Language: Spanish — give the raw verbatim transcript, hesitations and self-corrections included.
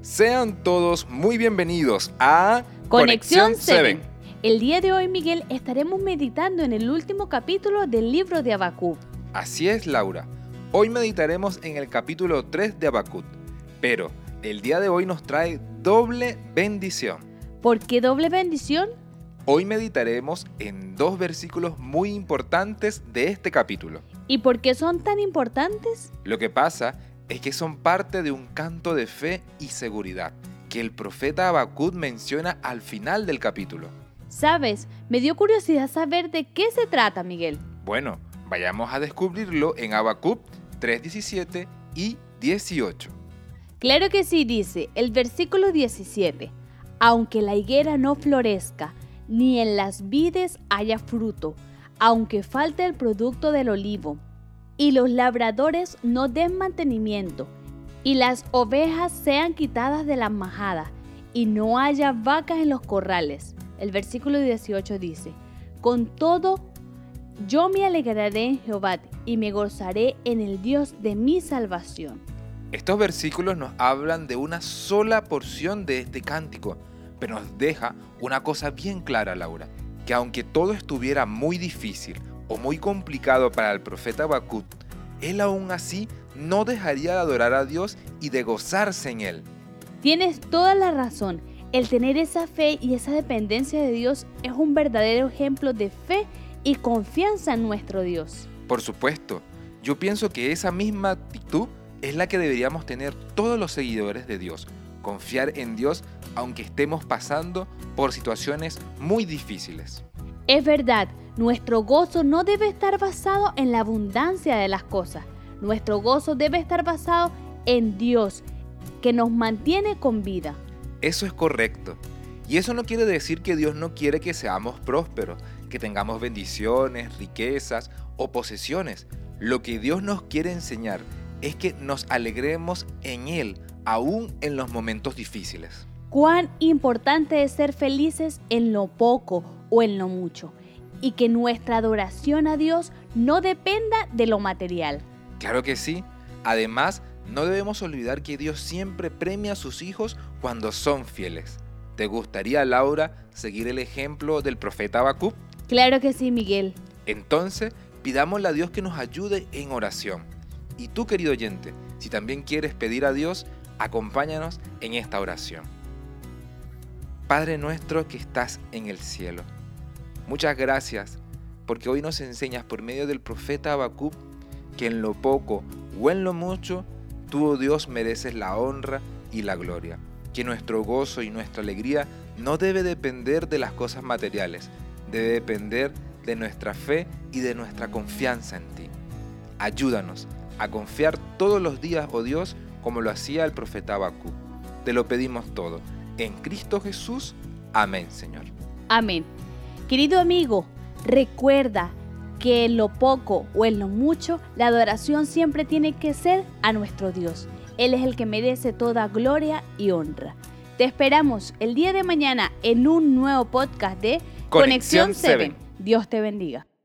Sean todos muy bienvenidos a Conexión siete. El día de hoy, Miguel, estaremos meditando en el último capítulo del libro de Habacuc. Así es, Laura. Hoy meditaremos en el capítulo tres de Habacuc, pero el día de hoy nos trae doble bendición. ¿Por qué doble bendición? Hoy meditaremos en dos versículos muy importantes de este capítulo. ¿Y por qué son tan importantes? Lo que pasa es que son parte de un canto de fe y seguridad que el profeta Habacuc menciona al final del capítulo. ¿Sabes? Me dio curiosidad saber de qué se trata, Miguel. Bueno, vayamos a descubrirlo en Habacuc tres, diecisiete y dieciocho. Claro que sí, dice el versículo diecisiete. Aunque la higuera no florezca, ni en las vides haya fruto, aunque falte el producto del olivo, y los labradores no den mantenimiento, y las ovejas sean quitadas de las majadas, y no haya vacas en los corrales. El versículo dieciocho dice, con todo, yo me alegraré en Jehová, y me gozaré en el Dios de mi salvación. Estos versículos nos hablan de una sola porción de este cántico, pero nos deja una cosa bien clara, Laura, que aunque todo estuviera muy difícil o muy complicado para el profeta Habacuc, él aún así no dejaría de adorar a Dios y de gozarse en él. Tienes toda la razón. El tener esa fe y esa dependencia de Dios es un verdadero ejemplo de fe y confianza en nuestro Dios. Por supuesto, yo pienso que esa misma actitud es la que deberíamos tener todos los seguidores de Dios. Confiar en Dios aunque estemos pasando por situaciones muy difíciles. Es verdad, nuestro gozo no debe estar basado en la abundancia de las cosas. Nuestro gozo debe estar basado en Dios, que nos mantiene con vida. Eso es correcto. Y eso no quiere decir que Dios no quiere que seamos prósperos, que tengamos bendiciones, riquezas o posesiones. Lo que Dios nos quiere enseñar es que nos alegremos en Él, aún en los momentos difíciles. Cuán importante es ser felices en lo poco o en lo mucho, y que nuestra adoración a Dios no dependa de lo material. Claro que sí. Además, no debemos olvidar que Dios siempre premia a sus hijos cuando son fieles. ¿Te gustaría, Laura, seguir el ejemplo del profeta Habacuc? Claro que sí, Miguel. Entonces, pidámosle a Dios que nos ayude en oración. Y tú, querido oyente, si también quieres pedir a Dios, acompáñanos en esta oración. Padre nuestro que estás en el cielo, muchas gracias porque hoy nos enseñas por medio del profeta Habacuc que en lo poco o en lo mucho, tú, oh Dios, mereces la honra y la gloria. Que nuestro gozo y nuestra alegría no debe depender de las cosas materiales, debe depender de nuestra fe y de nuestra confianza en ti. Ayúdanos a confiar todos los días, oh Dios, como lo hacía el profeta Habacuc. Te lo pedimos todo. En Cristo Jesús. Amén, Señor. Amén. Querido amigo, recuerda que en lo poco o en lo mucho, la adoración siempre tiene que ser a nuestro Dios. Él es el que merece toda gloria y honra. Te esperamos el día de mañana en un nuevo podcast de Conexión siete. Dios te bendiga.